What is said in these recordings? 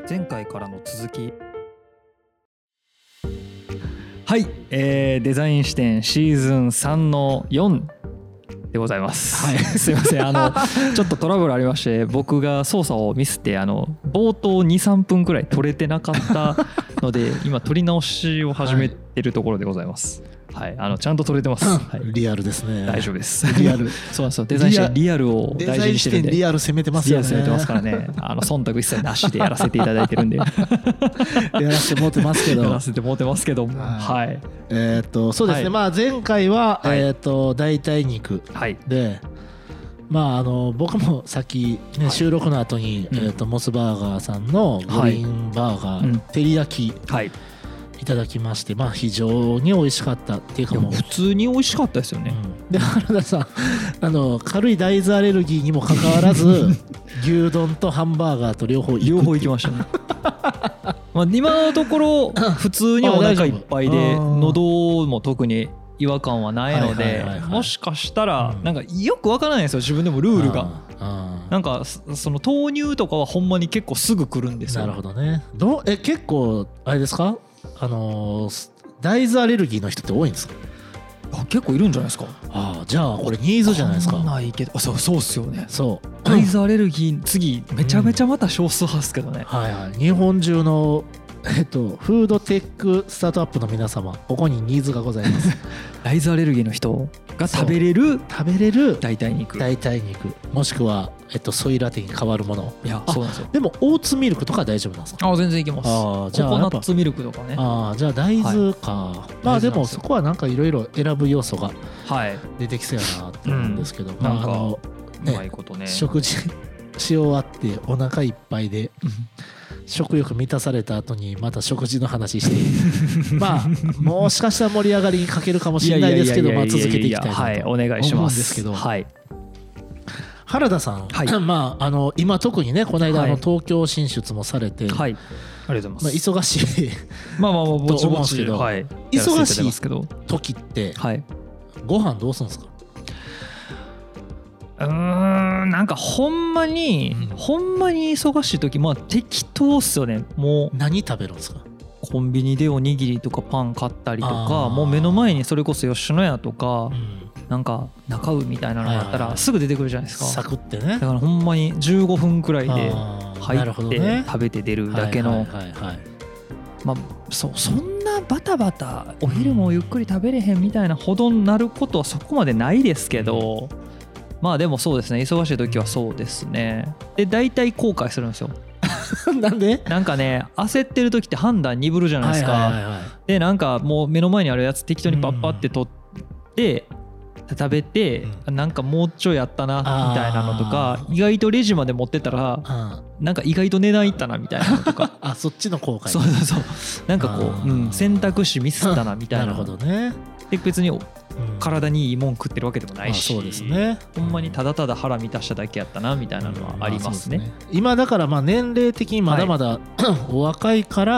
前回からの続き。はい、デザイン視点シーズン3の4でございます、はい、すいませんちょっとトラブルありまして、僕が操作をミスって冒頭 2,3 分くらい撮れてなかったので今撮り直しを始めてるところでございますはい、ちゃんと撮れてます、はい、 リアルですね。 大丈夫です。 リアル。 そうそう、デザインしてリアルを大事にしてるんで。 リアル攻めてますよね。 リアル攻めてますからね。忖度一切なしでやらせていただいてるんで。やらせてもらってますけど。 やらせてもらってますけども。はい。 そうですね。まあ前回は代替肉で、まあ僕もさっきね収録の後にモスバーガーさんのグリーンバーガー照り焼き。はい。いただきまして、まあ非常に美味しかったっていうか、もう普通に美味しかったですよね、 で原田さん軽い大豆アレルギーにもかかわらず牛丼とハンバーガーと両方行きましたねまあ今のところ普通にお腹いっぱいで喉も特に違和感はないので、もしかしたらなんかよくわからないんですよ、自分でもルールが。なんかその豆乳とかはほんまに結構すぐ来るんですよ。 なるほどね。結構あれですか、大豆アレルギーの人って多いんですか？ 結構いるんじゃないですか。 じゃあこれニーズじゃないですか。 ないけど、そうっすよね。 そう大豆アレルギー次めちゃめちゃまた少数派ですけどね、 はいはい。日本中のフードテックスタートアップの皆様、ここにニーズがございます大豆アレルギーの人が食べれる代替肉もしくはソイラテに変わるもの。 いや、そうなんですよ。 でもオーツミルクとかは大丈夫なんですか？ 全然いけます。 じゃあココナッツミルクとかね。 じゃあ大豆か、まあでもそこはなんかいろいろ選ぶ要素が出てきそうやなと思うんですけど、 なんかうまいことね、 食事し終わってお腹いっぱいで食欲満たされた後にまた食事の話してまあもしかしたら盛り上がりに欠けるかもしれないですけど、続けていきたいなと思うんですけど、原田さん、まあ今特にねこの間東京進出もされて、 ありがとうございます。 忙しいまあぼちぼち忙しい時ってご飯どうするんですか？ なんかほんまに忙しい時、まあ適当っすよね。もう何食べるんですか？ コンビニでおにぎりとかパン買ったりとか、もう目の前にそれこそ吉野家とか、なんか中尾みたいなのがあったらすぐ出てくるじゃないですか。 サクってね。 だからほんまに15分くらいで入って食べて出るだけの、まあそんなバタバタお昼もゆっくり食べれへんみたいなほどになることはそこまでないですけど、まあでもそうですね、忙しい時はそうですね。で大体後悔するんですよなんで？ なんかね、焦ってる時って判断鈍るじゃないですか。でなんかもう目の前にあるやつ適当にパッパって取って食べて、なんかもうちょいやったなみたいなのとか、意外とレジまで持ってたらなんか意外と値段いったなみたいなのとかそっちの後悔。 そうなんかこう、選択肢ミスったなみたいななるほどね。 で別に体にいいもん食ってるわけでもないし、 そうですね、 ほんまにただただ腹満たしただけやったなみたいなのはありますね。 今だからまあ年齢的にまだまだ、お若いから、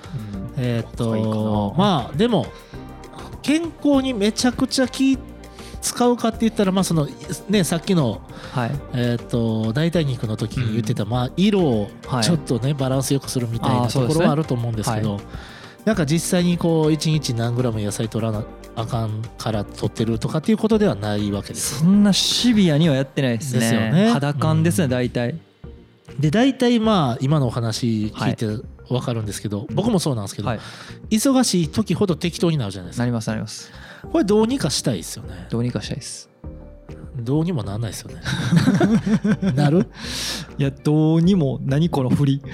まあでも健康にめちゃくちゃ気使うかって言ったら、まあそのね、さっきの代替肉の時に言ってた、まあ色をちょっとねバランスよくするみたいなところはあると思うんですけど、なんか実際にこう1日何グラム野菜取らなあかんから取ってるとかっていうことではないわけです。 そんなシビアにはやってないですね。 ですよね。 肌感ですね、大体。 で大体まあ今のお話聞いて分かるんですけど、僕もそうなんですけど、忙しい時ほど適当になるじゃないですか。 なります。 これどうにかしたいですよね。 どうにかしたいです。 どうにもなんないですよねなる？ いや、どうにも、何この振り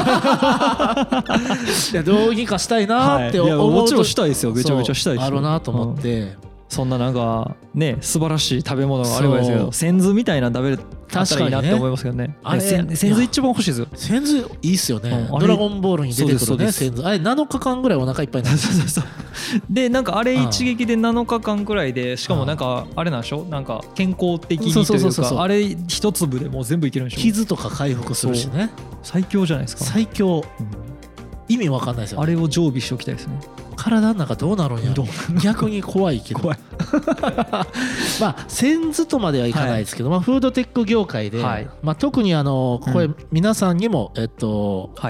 いや、どうにかしたいなって思うと、 もちろんしたいですよ。めちゃめちゃしたいですよ。 あるなと思って、 そんななんかね、素晴らしい食べ物があればですけど、仙豆みたいなの食べれたらいいなって思いますけどね。仙豆一番欲しいですよ。 仙豆いいっすよね。ドラゴンボールに出てくるね、仙豆。あれ7日間ぐらいお腹いっぱいになる。 でなんかあれ一撃で7日間くらいで、しかもなんかあれなんでしょ、なんか健康的にというか、あれ一粒でもう全部いけるんでしょ。 傷とか回復するしね。 最強じゃないですか。 最強。意味わかんないですよね。 あれを常備しておきたいですね。 体の中どうなるんやろ。逆に怖いけどまあ仙豆とまではいかないですけど、まあフードテック業界で、まあ特にこれ皆さんにも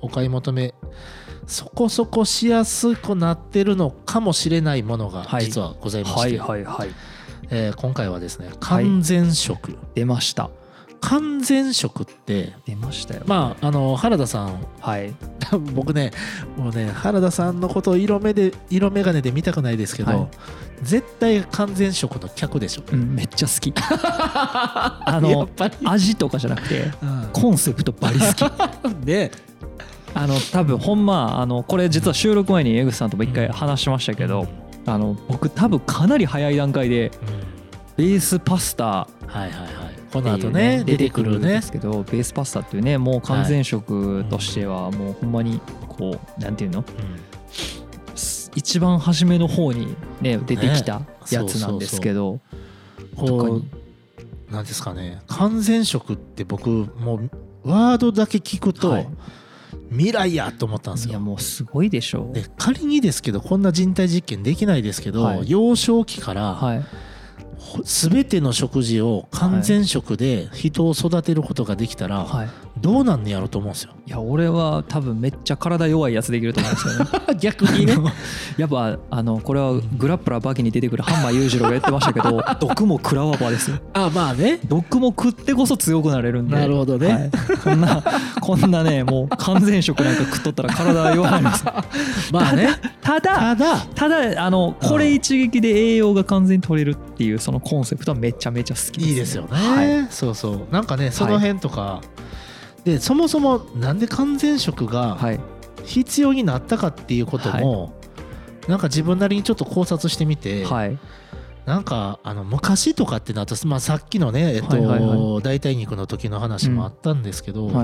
お買い求めそこそこしやすくなってるのかもしれないものが実はございまして、今回はですね完全食、 出ました。 完全食って出ましたよ、ね、 まあ原田さん、僕ねもうね原田さんのことを色眼鏡で見たくないですけど、絶対完全食の客でしょ、 めっちゃ好きやっぱり味とかじゃなくて、コンセプトバリ好きで多分ほんまこれ実は収録前に江口さんとも一回話しましたけど、僕多分かなり早い段階でベースパスタ、 この後ね出てくるんですけど、ベースパスタっていうねもう完全食としてはもうほんまにこうなんていうの、一番初めの方にね出てきたやつなんですけど、 こうなんですかね、完全食って僕もうワードだけ聞くと未来やと思ったんですよ。 いやもうすごいでしょう。 で仮にですけどこんな人体実験できないですけど、幼少期から全ての食事を完全食で人を育てることができたらどうなんねやろうと思うんですよ。 いや俺は多分めっちゃ体弱いやつできると思うんですよね逆にねやっぱこれはグラップラーバキに出てくるハンマー裕次郎が言ってましたけど毒も食らわばですよ。 まあね、 毒も食ってこそ強くなれるんで。 なるほどね、 こんなねもう完全食なんか食っとったら体弱いんですよまあね、 ただこれ一撃で栄養が完全に取れるっていうそのコンセプトはめちゃめちゃ好きです、ね、 いいですよね、そうそうなんかねその辺とか、でそもそもなんで完全食が必要になったかっていうことも、なんか自分なりにちょっと考察してみて、なんか昔とかってなったら、さっきのね代替肉の時の話もあったんですけど、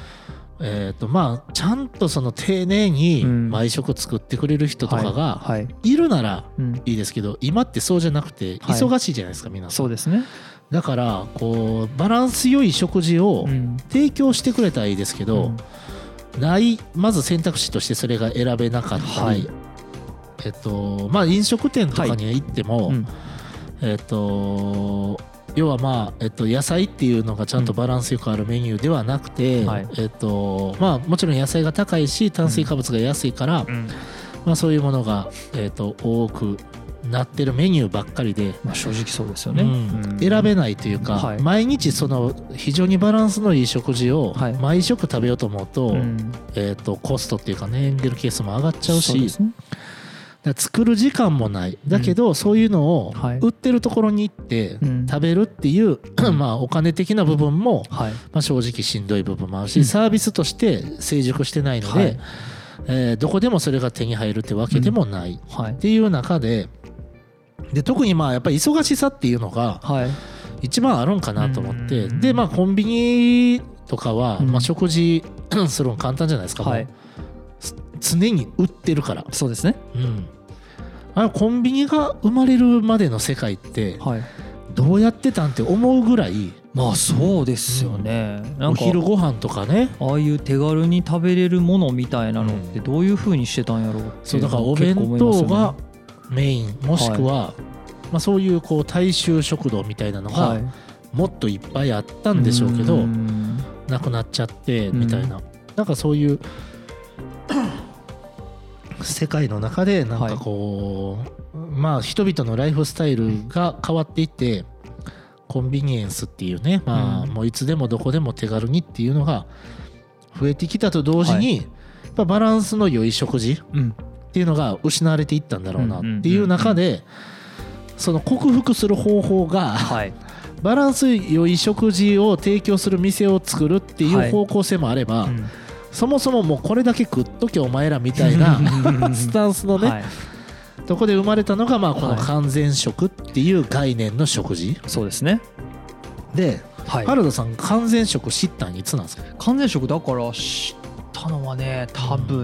ちゃんとその丁寧に毎食作ってくれる人とかがいるならいいですけど、今ってそうじゃなくて忙しいじゃないですか、皆さん。 そうですね。 だからこうバランス良い食事を提供してくれたらいいですけど、まず選択肢としてそれが選べなかったり、飲食店とかに行っても、要は野菜っていうのがちゃんとバランスよくあるメニューではなくて、もちろん野菜が高いし炭水化物が安いから、そういうものが多くなってるメニューばっかりで、 正直そうですよね、 選べないというか、毎日その非常にバランスのいい食事を毎食食べようと思うと、コストっていうかねエンゲル係数も上がっちゃうし、作る時間もない。だけどそういうのを売ってるところに行って食べるっていうお金的な部分も正直しんどい部分もあるし、サービスとして成熟してないので、どこでもそれが手に入るってわけでもないっていう中で、特にやっぱり忙しさっていうのが一番あるんかなと思って、でコンビニとかは食事するの簡単じゃないですか、もう常に売ってるから。 そうですね、 コンビニが生まれるまでの世界ってどうやってたんって思うぐらい、 そうですよね、 お昼ご飯とかね、 ああいう手軽に食べれるものみたいなのってどういう風にしてたんやろうって。 そうだからお弁当がメイン、もしくはそういう大衆食堂みたいなのがもっといっぱいあったんでしょうけど、なくなっちゃってみたいな、なんかそういう世界の中でなんかこう、人々のライフスタイルが変わっていって、コンビニエンスっていうね、もういつでもどこでも手軽にっていうのが増えてきたと同時に、やっぱバランスの良い食事っていうのが失われていったんだろうなっていう中で、その克服する方法が、バランス良い食事を提供する店を作るっていう方向性もあれば、そもそももうこれだけ食っとけお前らみたいなスタンスのね、とこで生まれたのがこの完全食っていう概念の食事。 そうですね。 で、原田さん完全食知ったんいつなんですか？ 完全食だから知ったのはね、多分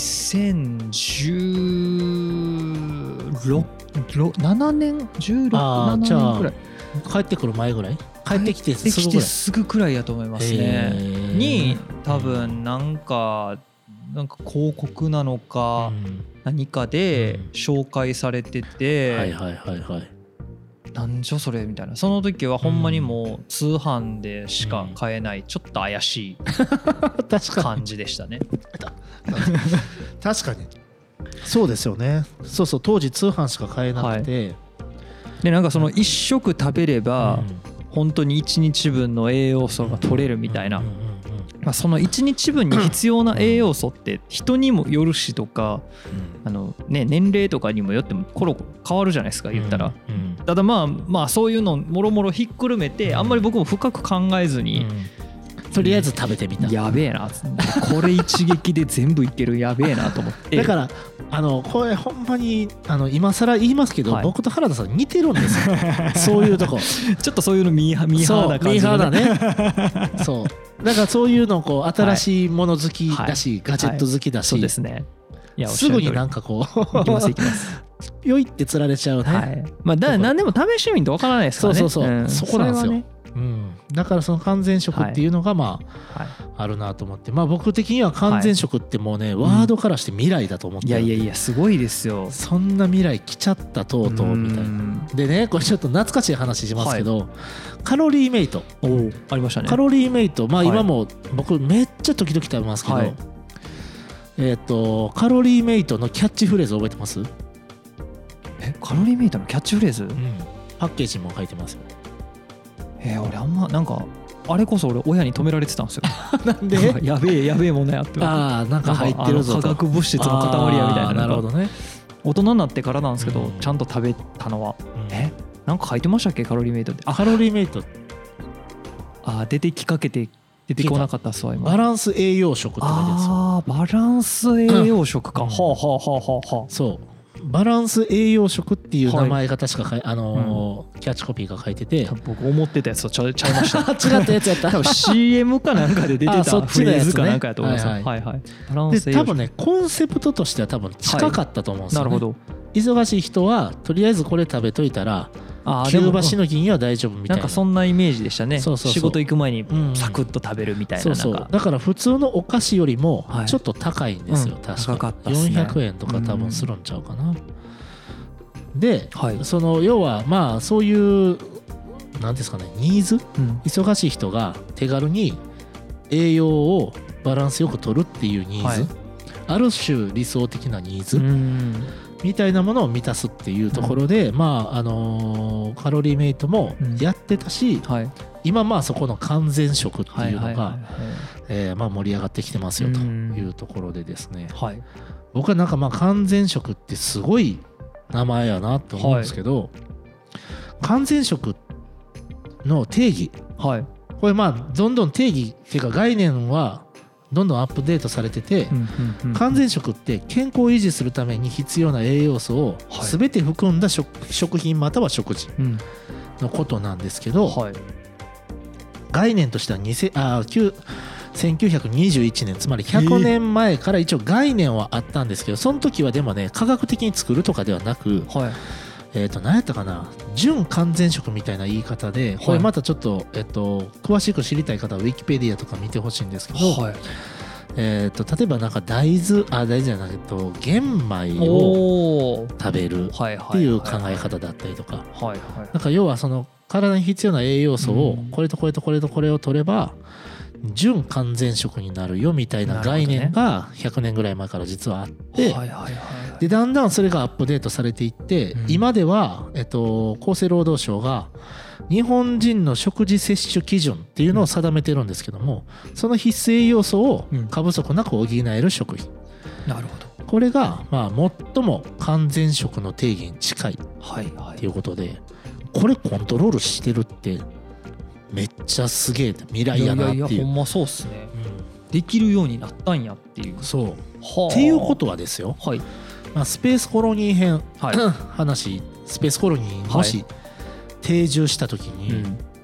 2017年16年ぐらい、 帰ってくる前ぐらい、帰ってきてすぐくらいやと思いますね。に多分なんか広告なのか何かで紹介されてて、 なんじゃそれみたいな。その時はほんまにもう通販でしか買えないちょっと怪しい感じでしたね。 確かにそうですよね。そうそう、当時通販しか買えなくて、 でなんかその1食食べれば本当に1日分の栄養素が取れるみたいな、まあその1日分に必要な栄養素って人にもよるしとか、年齢とかにもよってもコロコロ変わるじゃないですか、言ったら。ただまあそういうのもろもろひっくるめてあんまり僕も深く考えずに、 とりあえず食べてみた。 やべえな、これ一撃で全部いける、やべえなと思って。 だからこれほんまに今更言いますけど、僕と原田さん似てるんですよそういうとこちょっとそういうのミーハーな感じの、 ミーハーだねそうだからそういうのこう新しいもの好きだし、ガジェット好きだし、 そうですね。いやすぐになんかこう行きます行きますよいって釣られちゃうね。 まあ何でも試してみんとわからないですからね。 そうそこなんですよ。だからその完全食っていうのがまああるなと思って、まあ僕的には完全食ってもうね、ワードからして未来だと思ってる。 いやすごいですよ。 そんな未来来ちゃったとうとうみたいな。でね、これちょっと懐かしい話しますけど、カロリーメイトありましたね。 カロリーメイト、まあ今も僕めっちゃ時々食べますけど、カロリーメイトのキャッチフレーズ覚えてます？ カロリーメイトのキャッチフレーズ？ パッケージも書いてますよ。 俺あんまなんかあれこそ俺親に止められてたんですよなんでやべえもんねやって。 なんか入ってるぞと、 化学物質の塊やみたいな。 なるほどね。 大人になってからなんですけど、ちゃんと食べたのは、なんか書いてましたっけ、カロリーメイトって。 カロリーメイト出てきかけて出てこなかったっすわ今。 バランス栄養食って書いてるんですよ。 バランス栄養食か。 そうバランス栄養食っていう名前が確かキャッチコピーが書いてて、 僕思ってたやつとちゃいました違ったやつやった。 多分 CM かなんかで出てたフレーズかなんかやと思います。 で多分ねコンセプトとしては多分近かったと思うんですよね。 なるほど。 忙しい人はとりあえずこれ食べといたらキューバしのぎには大丈夫みたいな、 なんかそんなイメージでしたね。 そう仕事行く前にサクッと食べるみたいな。 そうだから普通のお菓子よりもちょっと高いんですよ、確か400円とか多分するんちゃうかな。で、その要はまあそういうなんですかね、ニーズ、忙しい人が手軽に栄養をバランスよく取るっていうニーズ、ある種理想的なニーズみたいなものを満たすっていうところで、まあカロリーメイトもやってたし、今まあそこの完全食っていうのがまあ盛り上がってきてますよというところでですね、僕はなんかまあ完全食ってすごい名前やなと思うんですけど、完全食の定義、これまあどんどん定義っていうか概念はどんどんアップデートされてて、完全食って健康を維持するために必要な栄養素を全て含んだ食品または食事のことなんですけど、概念としては1921年、つまり100年前から一応概念はあったんですけど、その時はでもね科学的に作るとかではなく、何やったかな、準完全食みたいな言い方で、これまたちょっと詳しく知りたい方はウィキペディアとか見てほしいんですけど、例えばなんか大豆じゃなくて玄米を食べるっていう考え方だったりとか、なんか要はその体に必要な栄養素をこれとこれとこれとこれを取れば準完全食になるよみたいな概念が100年ぐらい前から実はあって、でだんだんそれがアップデートされていって、今では厚生労働省が日本人の食事摂取基準っていうのを定めてるんですけども、その必須栄養素を過不足なく補える食品、これがまあ最も完全食の定義に近いっていうことで、これコントロールしてるってめっちゃすげえ未来やなっていう。 いやほんまそうっすね、できるようになったんやっていう。 っていうことはですよ、まあ、スペースコロニー編、話スペースコロニーにもし定住した時に、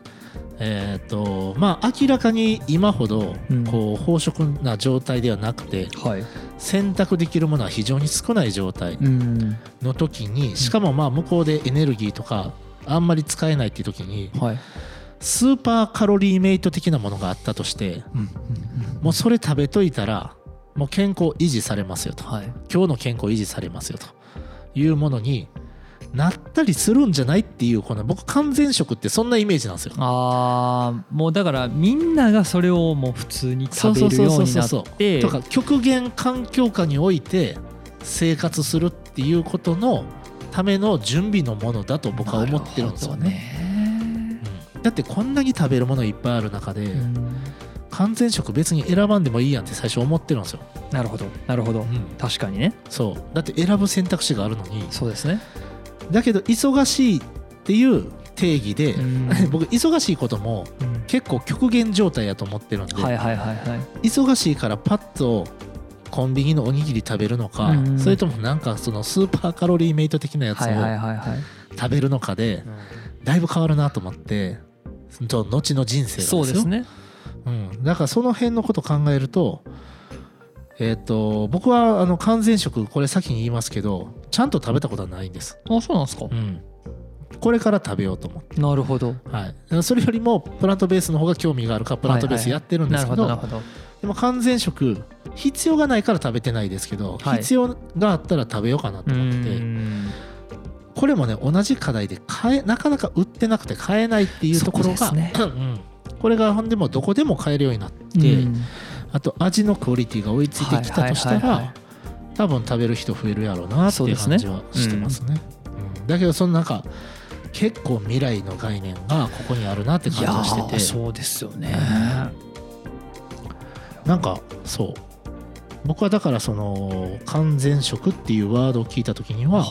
まあ明らかに今ほどこう飽食な状態ではなくて、選択できるものは非常に少ない状態の時に、しかもまあ向こうでエネルギーとかあんまり使えないっていう時に、スーパーカロリーメイト的なものがあったとして、もうそれ食べといたらもう健康維持されますよと、今日の健康維持されますよというものになったりするんじゃないっていう、この僕完全食ってそんなイメージなんですよ。 もうだからみんながそれをもう普通に食べるようになってとか、極限環境下において生活するっていうことのための準備のものだと僕は思ってるんですよね。だってこんなに食べるものいっぱいある中で、完全食別に選ばんでもいいやんって最初思ってるんですよ。 なるほどなるほど、確かにね。 そうだって選ぶ選択肢があるのに。 そうですね。 だけど忙しいっていう定義で、僕忙しいことも結構極限状態やと思ってるんで、忙しいからパッとコンビニのおにぎり食べるのか、それともなんかそのスーパーカロリーメイト的なやつを食べるのかでだいぶ変わるなと思って、後の人生がですよ。 そうですね。 だからその辺のこと考えると、僕は完全食、これ先に言いますけどちゃんと食べたことはないんです。 そうなんですか。 これから食べようと思って。 なるほど。 それよりもプラントベースの方が興味があるからプラントベースやってるんですけど、でも完全食必要がないから食べてないですけど、必要があったら食べようかなと思って。これもね、同じ課題でなかなか売ってなくて買えないっていうところが、これがほんでもどこでも買えるようになって、あと味のクオリティが追いついてきたとしたら多分食べる人増えるやろうなっていう感じはしてますね。だけどそのなんか結構未来の概念がここにあるなって感じはしてて。 そうですよね。 なんかそう僕はだからその完全食っていうワードを聞いた時には、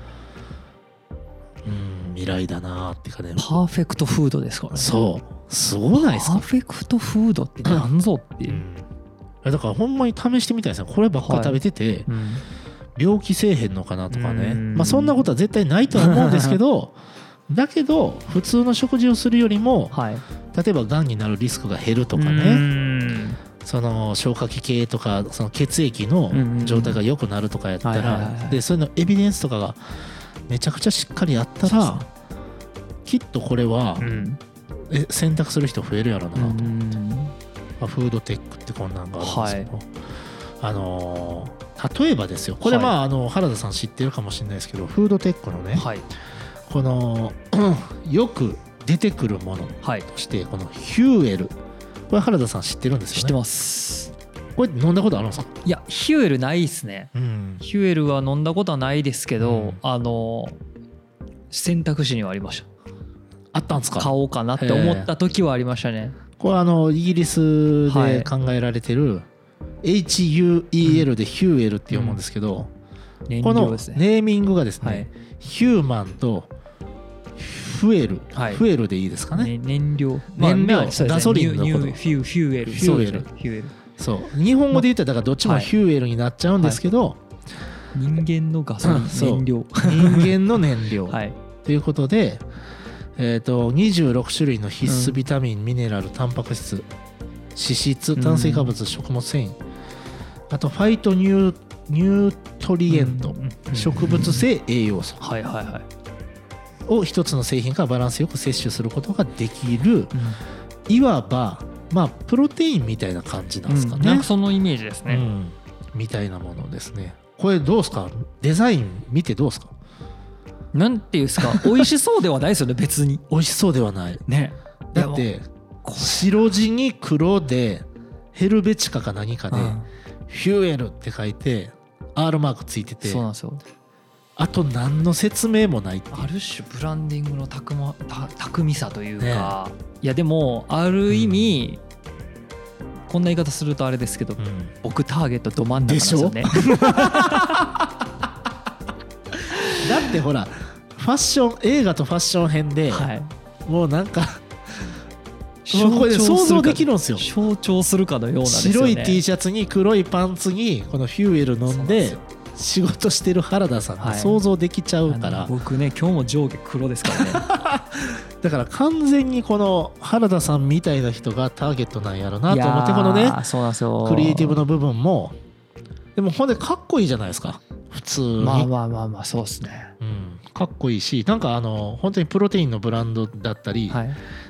未来だなってかね。 パーフェクトフードですからね。 そうすごないですか。 パーフェクトフードってなんぞっていう、 だからほんまに試してみたいですね。こればっか食べてて、病気せえへんのかなとかね、そんなことは絶対ないとは思うんですけどだけど普通の食事をするよりも、例えばがんになるリスクが減るとかね、その消化器系とかその血液の状態が良くなるとかやったら、でそういうのエビデンスとかがめちゃくちゃしっかりあったら、きっとこれは、選択する人増えるやろうなと。フードテックってこんなんがあるんですけど、例えばですよ、これ原田さん知ってるかもしれないですけど、フードテックのね、このよく出てくるものとして、このヒューエル、これ原田さん知ってるんですよね。 知ってます。 これ飲んだことあるんですか？ いや、ヒューエルないですね。ヒューエルは飲んだことはないですけど、選択肢にはありました。 あったんですか？ 買おうかなって思った時はありましたね。 これイギリスで考えられてる HUEL でヒューエルって読むんですけど、このネーミングがですね、ヒューマンとフエル、フエルでいいですかね。 燃料、 ガソリンのこと。 フューエル。 そう、日本語で言ったらだからどっちもヒューエルになっちゃうんですけど、 人間のガソリン、燃料、 人間の燃料ということで、26種類の必須ビタミン、ミネラル、タンパク質、脂質、炭水化物、食物繊維、あとファイトニュートリエント、植物性栄養素を一つの製品からバランスよく摂取することができる、いわばプロテインみたいな感じなんですかね。 なんかそのイメージですね。 みたいなものですね。これどうですか？デザイン見てどうですか？ なんていうんですか、美味しそうではないですよね。別に美味しそうではないね。 だって白地に黒でヘルベチカか何かでフューエルって書いて R マークついてて、 そうなんですよ。 あと何の説明もないっていう、 ある種ブランディングの巧みさというか、いやでもある意味、こんな言い方するとあれですけど、僕ターゲットど真ん中なんですよね。 だってほらファッション映画とファッション編で、もうなんかもうこれ想像できるんですよ。 象徴するかのようなですよね。 白い T シャツに黒いパンツにこのフューエル飲んで仕事してる原田さんが想像できちゃうから、 僕ね今日も上下黒ですからね。 だから完全にこの原田さんみたいな人がターゲットなんやろなと思って、このねクリエイティブの部分もでもほんでかっこいいじゃないですか普通に。 まあそうですね、 かっこいいし、なんか本当にプロテインのブランドだったり、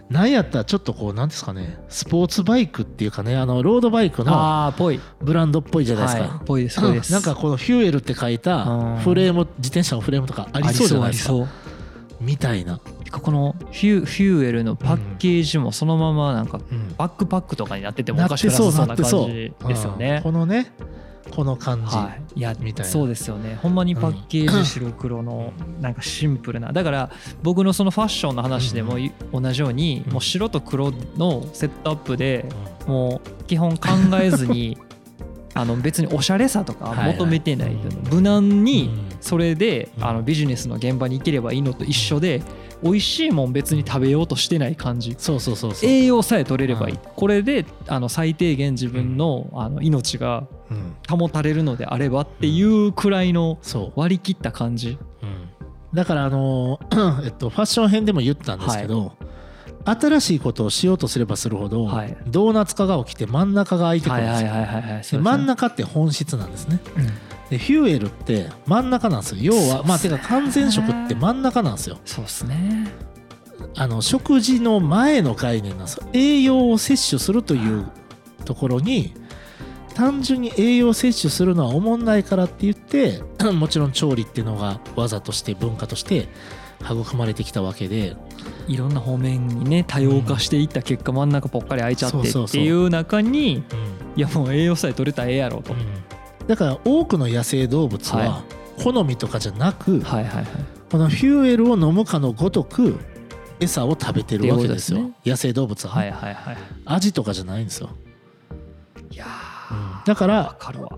なんやったらちょっとこうなんですかね、スポーツバイクっていうかね、ロードバイクのブランドっぽいじゃないですか。 ぽいですぽいです。 なんかこのフュエルって書いたフレーム、自転車のフレームとかありそうじゃないですか。みたいな。 このフュエルのパッケージもそのままなんかバックパックとかになっててもおかしくなさそうな感じですよね。 このね、この感じ、 いやみたいな。そうですよね。ほんまにパッケージ白黒のなんかシンプルな、だから僕のそのファッションの話でも同じように、もう白と黒のセットアップでもう基本考えずに別におしゃれさとか求めてない、無難にそれでビジネスの現場に行ければいいのと一緒で、美味しいもん別に食べようとしてない感じ。栄養さえ取れればいい、これで最低限自分の命が保たれるのであればっていうくらいの割り切った感じ。 だからファッション編でも言ったんですけど、新しいことをしようとすればするほど、ドーナツ化が起きて真ん中が空いてくるんですよ。真ん中って本質なんですね。でフュエルって真ん中なんですよ。要はまあてか完全食って真ん中なんですよ。 そうですね。 食事の前の概念なんですよ。栄養を摂取するというところに、単純に栄養を摂取するのはおもんないからって言ってもちろん調理っていうのが技として文化として育まれてきたわけで、 いろんな方面にね多様化していった結果、真ん中ぽっかり空いちゃってっていう中に、いやもう栄養さえ取れたらええやろと。 だから多くの野生動物は好みとかじゃなく、このフュエルを飲むかのごとく餌を食べてるわけですよ。野生動物は味とかじゃないんですよ。 いやだからわかるわ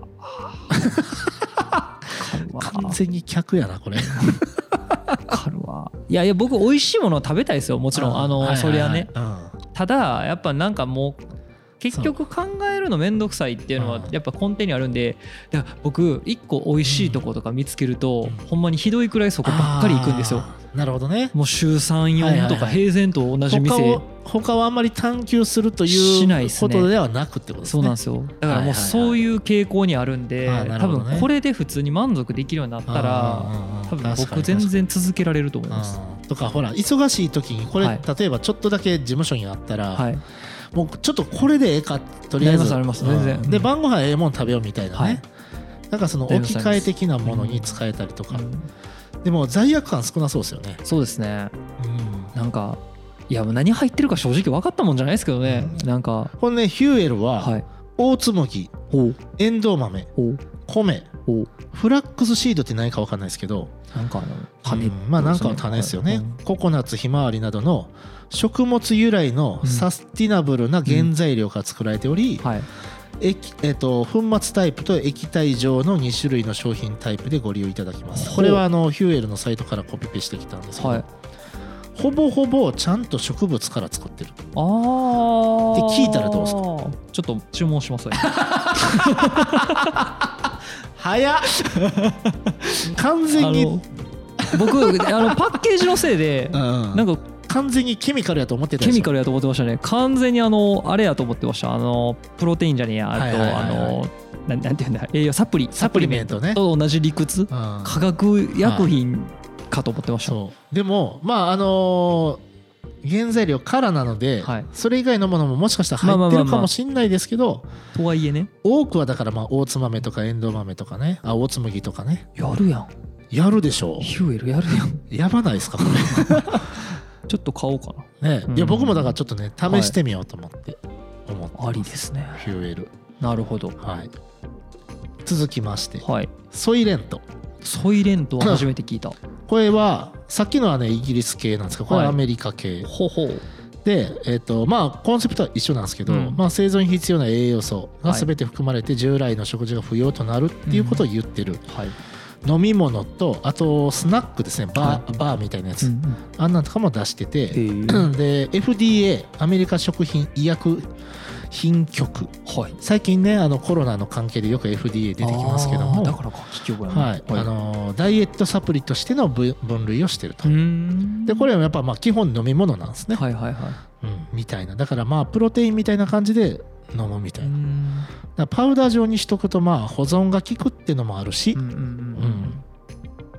完全に客やなこれ。 わかるわ。いや僕美味しいものを食べたいですよ、もちろん。そりゃね。ただやっぱなんかもう結局考えるのめんどくさいっていうのはやっぱ根底にあるんで、だから僕一個美味しいとことか見つけるとほんまにひどいくらいそこばっかり行くんですよ。 なるほどね。 もう週3、4とか平然と同じ店、 他はあんまり探求するということではなくってことですね。 そうなんですよ。だからもうそういう傾向にあるんで、多分これで普通に満足できるようになったら多分僕全然続けられると思います。 とかほら忙しい時にこれ例えばちょっとだけ事務所にあったら、もうちょっとこれでええかとりあえずで晩ご飯ええもん食べようみたいなね、なんかその置き換え的なものに使えたりとか、でも罪悪感少なそうですよね。 そうですね。なんかいや何入ってるか正直分かったもんじゃないですけどね。なんかこれねヒューエルはオーツ麦、エンドウ豆、米、フラックスシードって何か分かんないですけど、 なんか種、 まあなんかの種ですよね。ココナッツ、ひまわりなどの食物由来のサスティナブルな原材料から作られており、粉末タイプと液体状の2種類の商品タイプでご利用いただきます。これはヒューエルのサイトからコピペしてきたんですけど、ほぼほぼちゃんと植物から作ってるって聞いたらどうですか？ ちょっと注文しますね。 早っ。完全に僕パッケージのせいでなんか完全にケミカルやと思ってた。 ケミカルやと思ってましたね。完全にあれやと思ってました。プロテインじゃねえや、なんていうんだ、栄養サプリメントねと同じ理屈、化学薬品かと思ってました。 でもまあ原材料からなので、それ以外のものももしかしたら入ってるかもしれないですけど、 とはいえね、 多くはだからまあ大津豆とかエンドウ豆とかね、大津麦とかね。 やるやん。 やるでしょう。 ヒューエルやるやん。 やばないですかこれ。 ちょっと買おうかな。 ね、いや僕もだからちょっとね試してみようと思ってありですね。 フューエル。 なるほど。 続きまして、ソイレント。 ソイレントは初めて聞いた。 これはさっきのはねイギリス系なんですけど、これはアメリカ系。でまあコンセプトは一緒なんですけど、まあ生存に必要な栄養素が全て含まれて従来の食事が不要となるっていうことを言ってる。飲み物とあとスナックですね、バーみたいなやつ、あんなんとかも出してて、で FDA アメリカ食品医薬品局、最近ねコロナの関係でよく FDA 出てきますけども、 だからか聞き覚えない。 ダイエットサプリとしての分類をしてると。でこれはやっぱまあ基本飲み物なんですね。みたいな。だからまあプロテインみたいな感じで飲むみたいな。だパウダー状にしとくとまあ保存が効くっていうのもあるし、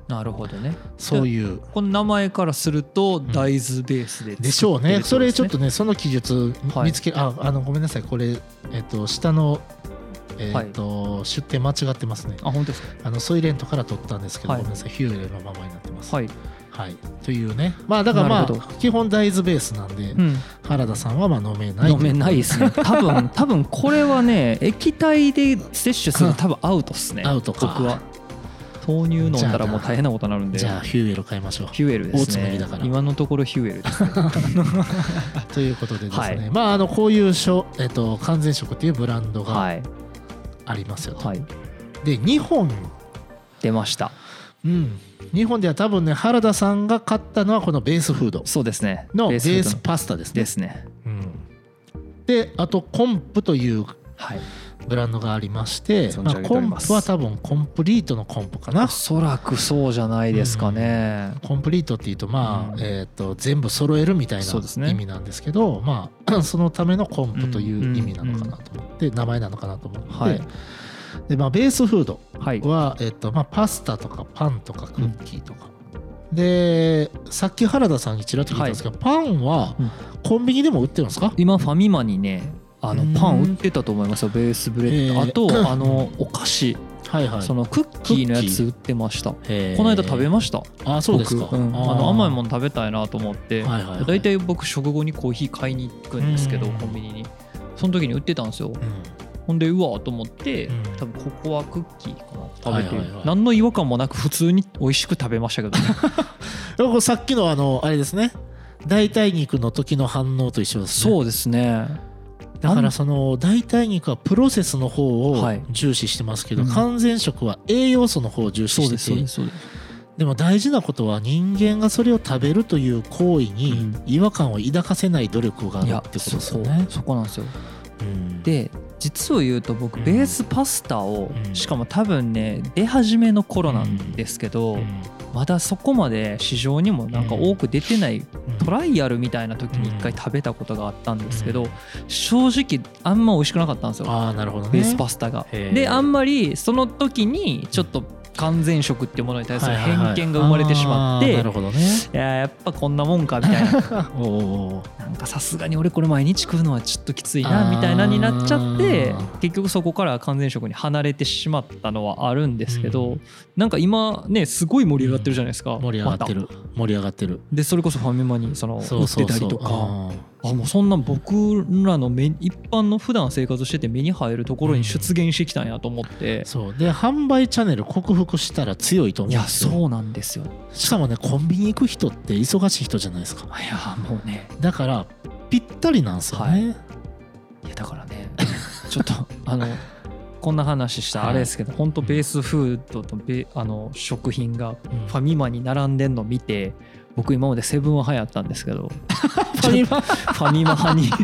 なるほどね。 そういうこの名前からすると大豆ベースで、 でしょうね。それちょっとねその記述見つけ、ごめんなさいこれ下の出典間違ってますね。 あ、本当ですか。 ソイレントから取ったんですけど、ごめんなさい、ヒューエルのままになってます。 はいはい、というね。だから基本大豆ベースなんで、原田さんは飲めないですね。多分これはね液体で摂取すると多分アウトっすね。 アウトか。 僕は豆乳飲んだらもう大変なことになるんで。 じゃあヒューエル買いましょう。 ヒューエルですね。 大紬だから今のところヒューエルですね。 ということでですね、こういう完全食っていうブランドがありますよと。で日本出ました。 日本では多分ね原田さんが買ったのはこのベースフードそうですねのベースパスタですね。であとコンプというブランドがありまして、コンプは多分コンプリートのコンプかな。 おそらくそうじゃないですかね。 コンプリートっていうと全部揃えるみたいな意味なんですけど、そのためのコンプという意味なのかなと思って名前なのかなと思って。でベースフードは、パスタとかパンとかクッキーとか、でさっき原田さんにちらっと聞いたんですけど、パンはコンビニでも売ってるんですか？ 今ファミマにねパン売ってたと思いますよ。ベースブレッド、あとお菓子、そのクッキーのやつ売ってました。この間食べました。 あ、そうですか。 甘いもの食べたいなと思って、だいたい僕食後にコーヒー買いに行くんですけど、コンビニにその時に売ってたんですよ。ほんでうわと思って、多分ここはクッキーかな食べて、何の違和感もなく普通に美味しく食べましたけどね。 さっきのあれですね、代替肉の時の反応と一緒ですね。 そうですね。 だからその代替肉はプロセスの方を重視してますけど、完全食は栄養素の方を重視してて、でも大事なことは人間がそれを食べるという行為に違和感を抱かせない努力があるってことですよね。 そこなんですよ。で実を言うと僕ベースパスタを、しかも多分ね出始めの頃なんですけど、まだそこまで市場にもなんか多く出てないトライアルみたいな時に一回食べたことがあったんですけど、正直あんま美味しくなかったんですよ。 なるほどね。 ベースパスタが。であんまりその時にちょっと完全食っていうものに対する偏見が生まれてしまって、やっぱこんなもんかみたいななんかさすがに俺これ毎日食うのはちょっときついなみたいなになっちゃって、結局そこから完全食に離れてしまったのはあるんですけど、なんか今ねすごい盛り上がってるじゃないですか。 盛り上がってる。 でそれこそファミマに売ってたりとか、もうそんな僕らの一般の普段生活してて目に入るところに出現してきたんやと思って、 そうで販売チャンネル克服したら強いと思うんですよ。 いやそうなんですよ。 しかもねコンビニ行く人って忙しい人じゃないですか。 いやもうねだからぴったりなんですよね。 いやだからねちょっとこんな話したあれですけど、本当ベースフードと食品がファミマに並んでんの見て、僕今までセブン派やったんですけどファミマ派にフ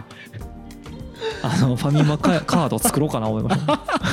ァミマカード作ろうかな思いま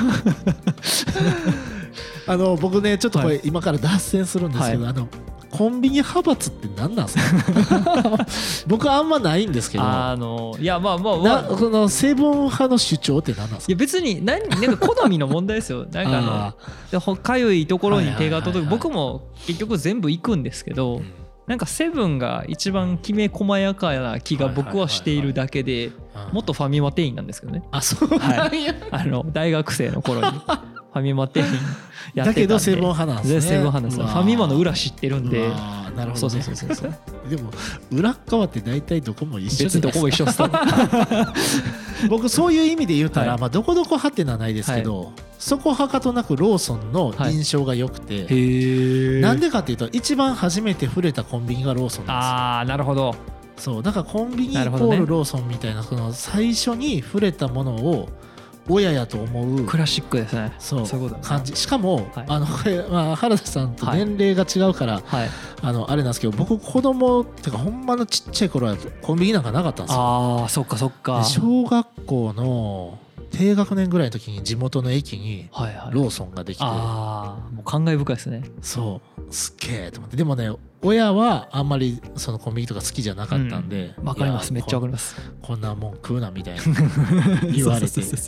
した僕ねちょっとこれ今から脱線するんですけど、コンビニ派閥って何なんですか？僕はあんまないんですけど、 いやこのセブン派の主張って何なんですか？ いや別になんか好みの問題ですよ。なんかかゆいところに手が届く。僕も結局全部行くんですけど、なんかセブンが一番きめ細やかな気が僕はしているだけで、元ファミマ店員なんですけどね。 そうなんや。 大学生の頃にファミマ店員やってたんで。 だけどセブン派なんですね。 セブン派なんですよ。ファミマの裏知ってるんで。 なるほどね。そうでも裏側って大体どこも一緒別にどこも一緒っす。 僕そういう意味で言ったら、どこどこ派ってのはないですけど、そこはかとなくローソンの印象が良くて、なんでかっていうと一番初めて触れたコンビニがローソンなんですよ。 なるほど。 そうだからコンビニイコールローソンみたいなその最初に触れたものを親やと思うクラシックですね。 そういう感じ。しかも、これ原田さんと年齢が違うから、あれなんですけど、僕子供ってかほんまのちっちゃい頃はコンビニなんかなかったんですよ。 そっかそっか。 小学校の低学年ぐらいの時に地元の駅にローソンができて、 もう感慨深いですね。 そうすっげえと思って。でもね親はあんまりそのコンビニとか好きじゃなかったんで、 わかります。めっちゃわかります。 こんなもん食うなみたいな言われて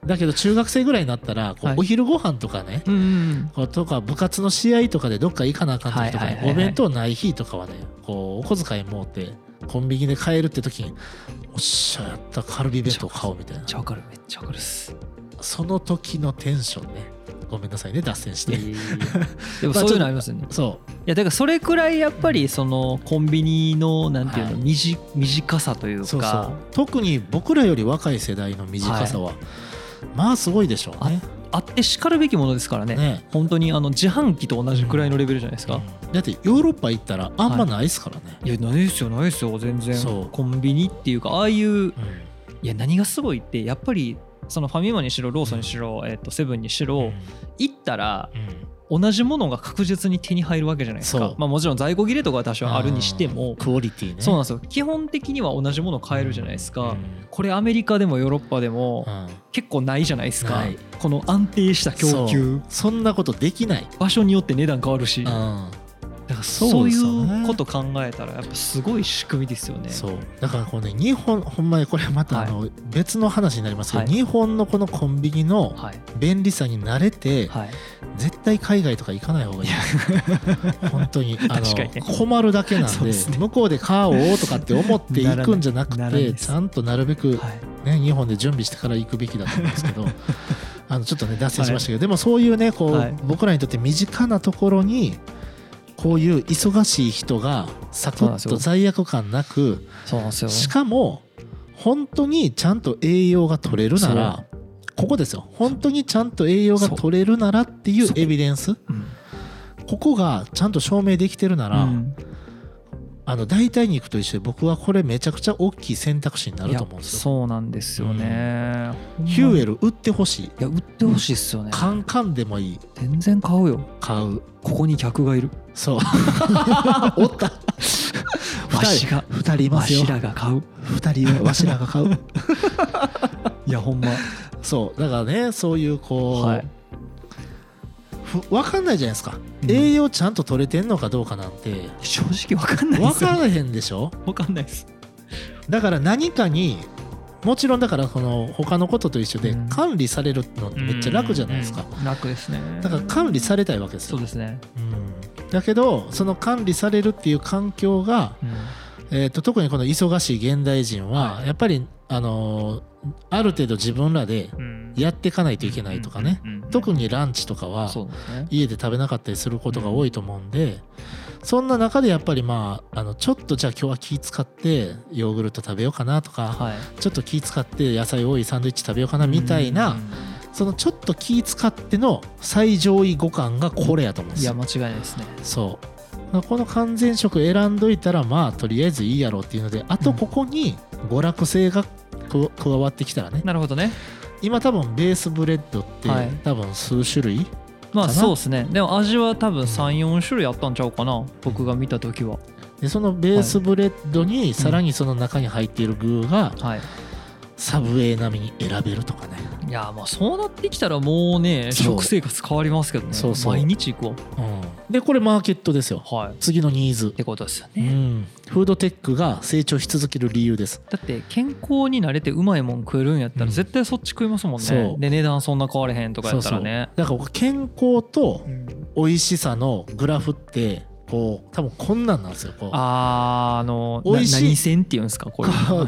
だけど中学生ぐらいになったらこうお昼ご飯とかね、こうとか部活の試合とかでどっか行かなあかん時とか、お弁当ない日とかはね、こうお小遣いもうてコンビニで買えるって時におっしゃ、やったカルビ弁当買おうみたいな。めっちゃわかる、めっちゃわかるっす。その時のテンションね、ごめんなさいね脱線してでもそういうのありますよね。そういやだからそれくらいやっぱりそのコンビニのなんていうの、短さというか、 そうそう特に僕らより若い世代の短さは、まあすごいでしょうね。 あってしかるべきものですからね。本当に自販機と同じくらいのレベルじゃないですか。 だってヨーロッパ行ったらあんまないですからね。 いやないですよないですよ全然。コンビニっていうかああいう、いや何がすごいってやっぱりそのファミマにしろローソンにしろ、セブンにしろ、行ったら、同じものが確実に手に入るわけじゃないですか。まあもちろん在庫切れとかは多少あるにしても、 クオリティね。 そうなんですよ。基本的には同じもの買えるじゃないですか。これアメリカでもヨーロッパでも結構ないじゃないですか。この安定した供給。 そんなことできない。 場所によって値段変わるし。だからそういうこと考えたらやっぱすごい仕組みですよね。 そうだからこうね、日本ほんまにこれまた別の話になりますけど、日本のこのコンビニの便利さに慣れて、絶対海外とか行かない方がいい本当に困るだけなんで、向こうで買おうとかって思って行くんじゃなくて、ちゃんとなるべくね日本で準備してから行くべきだと思うんですけどちょっとね脱線しましたけど、でもそういうねこう僕らにとって身近なところにこういう忙しい人がサクッと罪悪感なく、しかも本当にちゃんと栄養が取れるなら、ここですよ、本当にちゃんと栄養が取れるならっていうエビデンス、ここがちゃんと証明できてるなら、代替肉と一緒で僕はこれめちゃくちゃ大きい選択肢になると思うんですよ。 そうなんですよね。 ヒューエル売ってほしい。 いや売ってほしいっすよね。 カンカンでもいい。 全然買うよ。 買う。 ここに客がいる。 そうおったわしが 2人いますよ。 わしらが買う。 2人わしらが買ういやほんまそうだからね、そういうこう、分かんないじゃないですか、栄養ちゃんと取れてんのかどうかなんて正直分かんないですよ。分からへんでしょ。 分かんないです。 だから何かにもちろんだからこの他のことと一緒で管理されるのってめっちゃ楽じゃないですか。 楽ですね。 だから管理されたいわけですよ。 そうですね。 だけどその管理されるっていう環境が、特にこの忙しい現代人はやっぱりある程度自分らでやっていかないといけないとかね、特にランチとかは家で食べなかったりすることが多いと思うんで、そんな中でやっぱりちょっとじゃあ今日は気使ってヨーグルト食べようかなとか、ちょっと気使って野菜多いサンドイッチ食べようかなみたいな、そのちょっと気使っての最上位互換がこれやと思うんですよ。 いや間違いないですね。 そうこの完全食選んどいたらとりあえずいいやろうっていうので、あとここに娯楽性が加わってきたらね。 なるほどね。 今多分ベースブレッドって多分数種類、 そうですね。でも味は多分 3,4 種類あったんちゃうかな、僕が見た時は。 でそのベースブレッドにさらにその中に入っている具がサブウェイ並みに選べるとかね。 いやそうなってきたらもうね食生活変わりますけどね。毎日行くわ。 でこれマーケットですよ。次のニーズってことですよね。 フードテックが成長し続ける理由です。 だって健康に慣れてうまいもん食えるんやったら絶対そっち食いますもんね。で値段そんな変われへんとかやったらね。 だから健康と美味しさのグラフって多分こんなんなんですよ。美味しい何線っていうんですかこれ。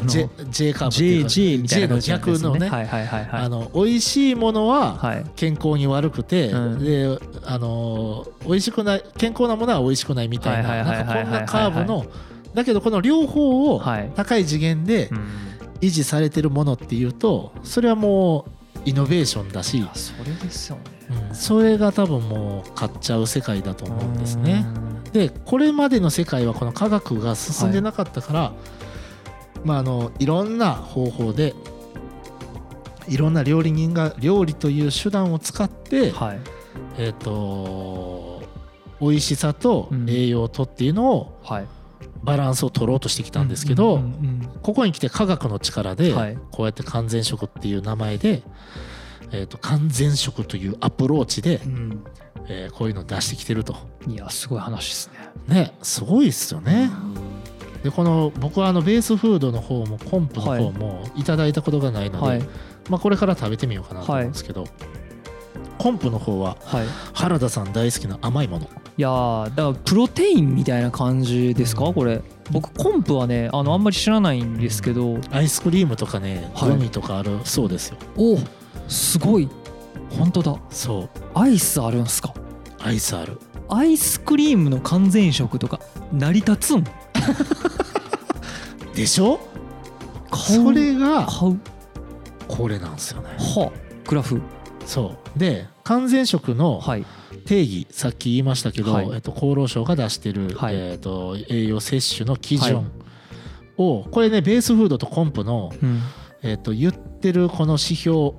J カーブっていうか J みたいなの逆のね。美味しいものは健康に悪くて、で美味しくない健康なものは美味しくないみたいな、なんかこんなカーブの、だけどこの両方を高い次元で維持されてるものっていうと、それはもうイノベーションだし、 それですよね。 それが多分もう買っちゃう世界だと思うんですね。でこれまでの世界はこの科学が進んでなかったから、いろんな方法でいろんな料理人が料理という手段を使って、美味しさと栄養とっていうのをバランスを取ろうとしてきたんですけど、ここに来て科学の力でこうやって完全食っていう名前で、完全食というアプローチで、こういうのを出してきてると。 いやすごい話ですね。 ね、すごいですよね。 でこの僕はベースフードの方もコンプの方もいただいたことがないので、まあ、これから食べてみようかなと思うんですけど、コンプの方は原田さん大好きな甘いもの。 いやだからプロテインみたいな感じですか、これ。僕コンプはねあんまり知らないんですけど、 アイスクリームとかねグミとかあるそうですよ。 おすごい、本当だ。 そうアイスあるんすか。 アイスある。 アイスクリームの完全食とか成り立つんでしょ。それが買うこれなんですよね。 はあ、グラフ。 そうで完全食の定義、さっき言いましたけど、厚労省が出してる、栄養摂取の基準を、これねベースフードとコンプの、言ってるこの指標を、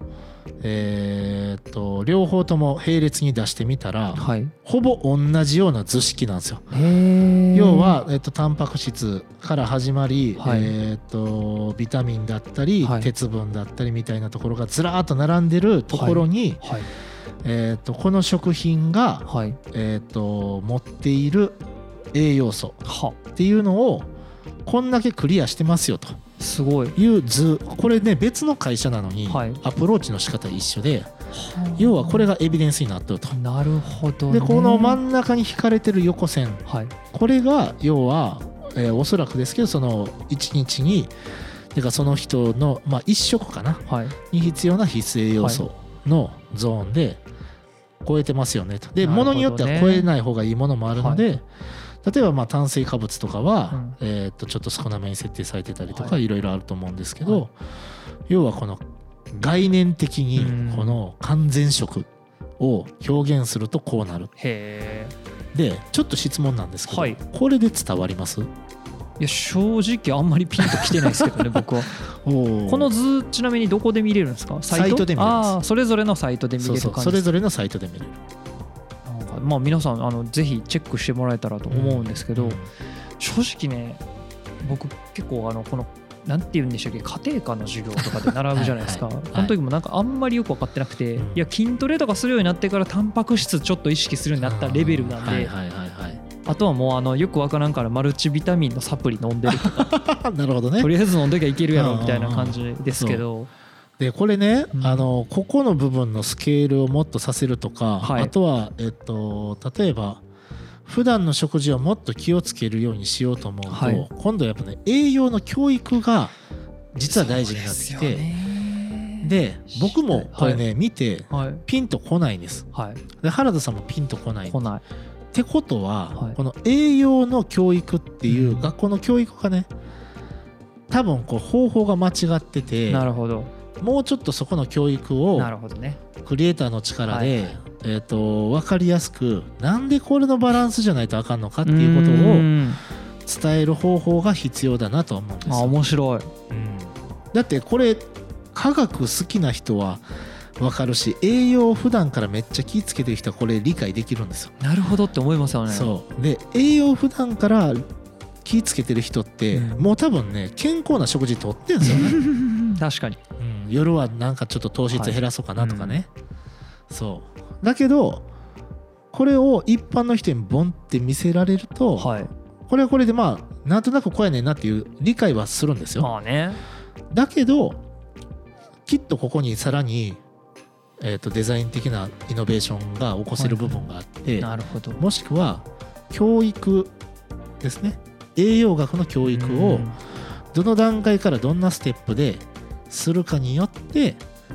両方とも並列に出してみたら、ほぼ同じような図式なんですよ。要は、タンパク質から始まり、ビタミンだったり、鉄分だったりみたいなところがずらーっと並んでるところに、この食品が、持っている栄養素っていうのをこんだけクリアしてますよと。 すごいいう図。これね別の会社なのにアプローチの仕方一緒で、要はこれがエビデンスになってると。 なるほどね。 でこの真ん中に引かれてる横線、これが要は、おそらくですけどその1日にてかその人の、まあ、1食かな、に必要な必須栄養素のゾーンで超えてますよねと。でものによっては超えない方がいいものもあるので、例えばまあ炭水化物とかは、ちょっと少なめに設定されてたりとかいろいろあると思うんですけど、要はこの概念的にこの完全食を表現するとこうなる。でちょっと質問なんですけど、これで伝わります？ いや正直あんまりピンときてないですけどね僕は。この図ちなみにどこで見れるんですか？ サイトで見れます。 それぞれのサイトで見れる感じ。 それぞれのサイトで見れる。 まあ皆さんぜひチェックしてもらえたらと思うんですけど、正直ね僕結構このなんて言うんでしたっけ、家庭科の授業とかで習うじゃないですか。この時もなんかあんまりよく分かってなくて、いや筋トレとかするようになってからタンパク質ちょっと意識するようになったレベルなんで、あとはもうよく分からんからマルチビタミンのサプリ飲んでるとかなるほどね、とりあえず飲んできゃいけるやろみたいな感じですけど。 でこれね、ここの部分のスケールをもっとさせるとか、あとは、例えば普段の食事をもっと気をつけるようにしようと思うと、今度やっぱね栄養の教育が実は大事になってきて、で僕もこれね、見てピンとこないんです、で原田さんもピンとこないってことは、この栄養の教育っていう学校の教育がね多分こう方法が間違ってて、 なるほど、 もうちょっとそこの教育をクリエイターの力で分かりやすく、なんでこれのバランスじゃないとあかんのかっていうことを伝える方法が必要だなと思うんですよ。 面白い、 だってこれ科学好きな人は分かるし、栄養を普段からめっちゃ気ぃつけてる人はこれ理解できるんですよ。 なるほどって思いますよね。 そうで栄養を普段から気ぃつけてる人って、もう多分ね健康な食事とってんですよね確かに、 夜はなんかちょっと糖質減らそうかなとかね、そうだけどこれを一般の人にボンって見せられると、これはこれでまあなんとなくこうやねんなっていう理解はするんですよ。だけどきっとここにさらに、デザイン的なイノベーションが起こせる部分があって、 なるほど、 もしくは教育ですね、栄養学の教育をどの段階からどんなステップでするかによって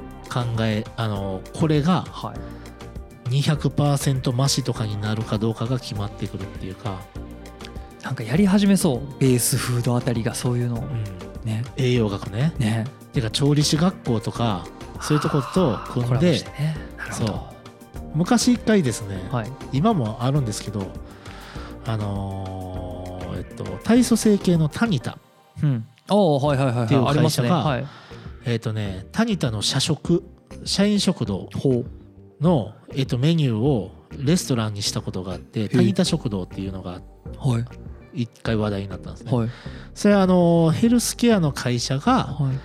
これが 200% 増しとかになるかどうかが決まってくるっていうか、 なんかやり始めそう、ベースフードあたりがそういうの、 栄養学ねてか調理師学校とかそういうところと組んで、そう昔一回ですね、今もあるんですけど体組成計のタニタっていう会社がタニタの社員食堂のメニューをレストランにしたことがあって、タニタ食堂っていうのが一回話題になったんですね。それはヘルスケアの会社が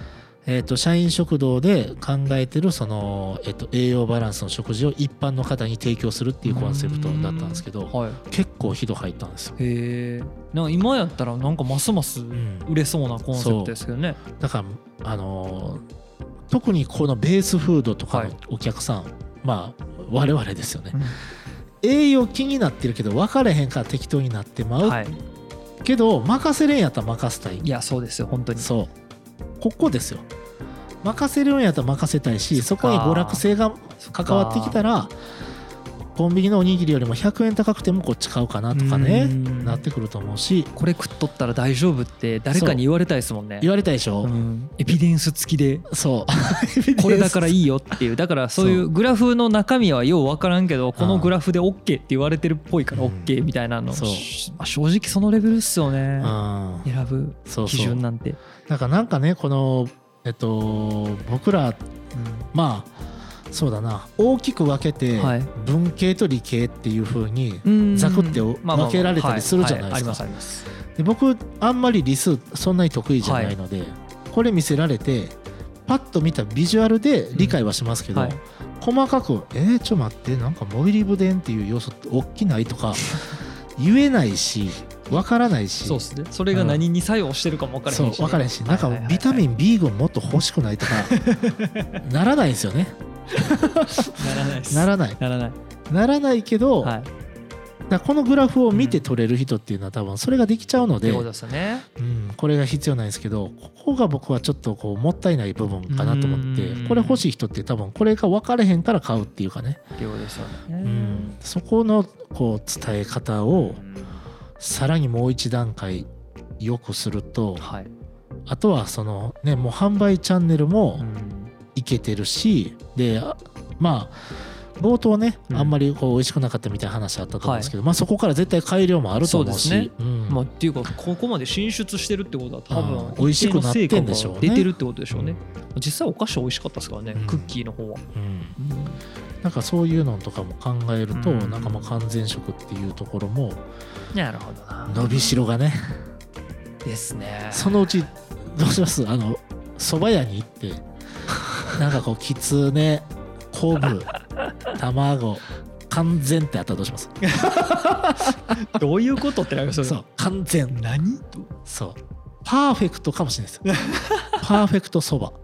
社員食堂で考えてるその、栄養バランスの食事を一般の方に提供するっていうコンセプトだったんですけど、はい、結構ひど入ったんですよ。 へえ。なんか今やったらなんかますます売れそうなコンセプトですけどね。 だから特にこのベースフードとかのお客さん、はい、まあ我々ですよね、栄養気になってるけど分かれへんから適当になってまう、はい、けど任せれんやったら任せたい。 いやそうですよ本当に。 そうここですよ。任せるんやったら任せたいし、そこに娯楽性が関わってきたらコンビニのおにぎりよりも100円高くてもこっち買うかなとかねなってくると思うし、 これ食っとったら大丈夫って誰かに言われたいですもんね。 言われたいでしょ、 エビデンス付きでそうこれだからいいよっていう。だからそういうグラフの中身はよう分からんけどこのグラフで OK って言われてるっぽいから OK みたいなの、正直そのレベルっすよね、選ぶ基準なんて。 だからなんかねこの僕ら、まあそうだな、大きく分けて文系と理系っていう風にざくって分けられたりするじゃないですか。で僕あんまり理数そんなに得意じゃないので、これ見せられてパッと見たビジュアルで理解はしますけど、細かくちょっと待ってなんかモビリブデンっていう要素って大きないとか言えないし分からないし、 そうですね、それが何に作用してるかも分からへんし、 そう分からへんし、なんかビタミン B 群もっと欲しくないとかならないんですよね。 ならないです。 ならないけど、だこのグラフを見て取れる人っていうのは多分それができちゃうので、これが必要ないんですけど、ここが僕はちょっとこうもったいない部分かなと思って、これ欲しい人って多分これが分かれへんから買うっていうかね、そこのこう伝え方をさらにもう一段階良くすると、あとはそのねもう販売チャンネルもいけてるし、でまあ冒頭ねあんまりこう美味しくなかったみたいな話あったと思うんですけど、まあそこから絶対改良もあると思うし、 まあっていうかここまで進出してるってことは多分美味しくなってんでしょうね。 出てるってことでしょうね。実際お菓子は美味しかったですからね、クッキーの方は。 なんかそういうのとかも考えると、なんかもう完全食っていうところもなるほどな、 伸びしろがねですね。 そのうちどうします？蕎麦屋に行ってなんかこうきつね、昆布、卵完全ってあったらどうします？ どういうことってなんかそう完全何？ そうパーフェクトかもしれないですよ。パーフェクト蕎麦。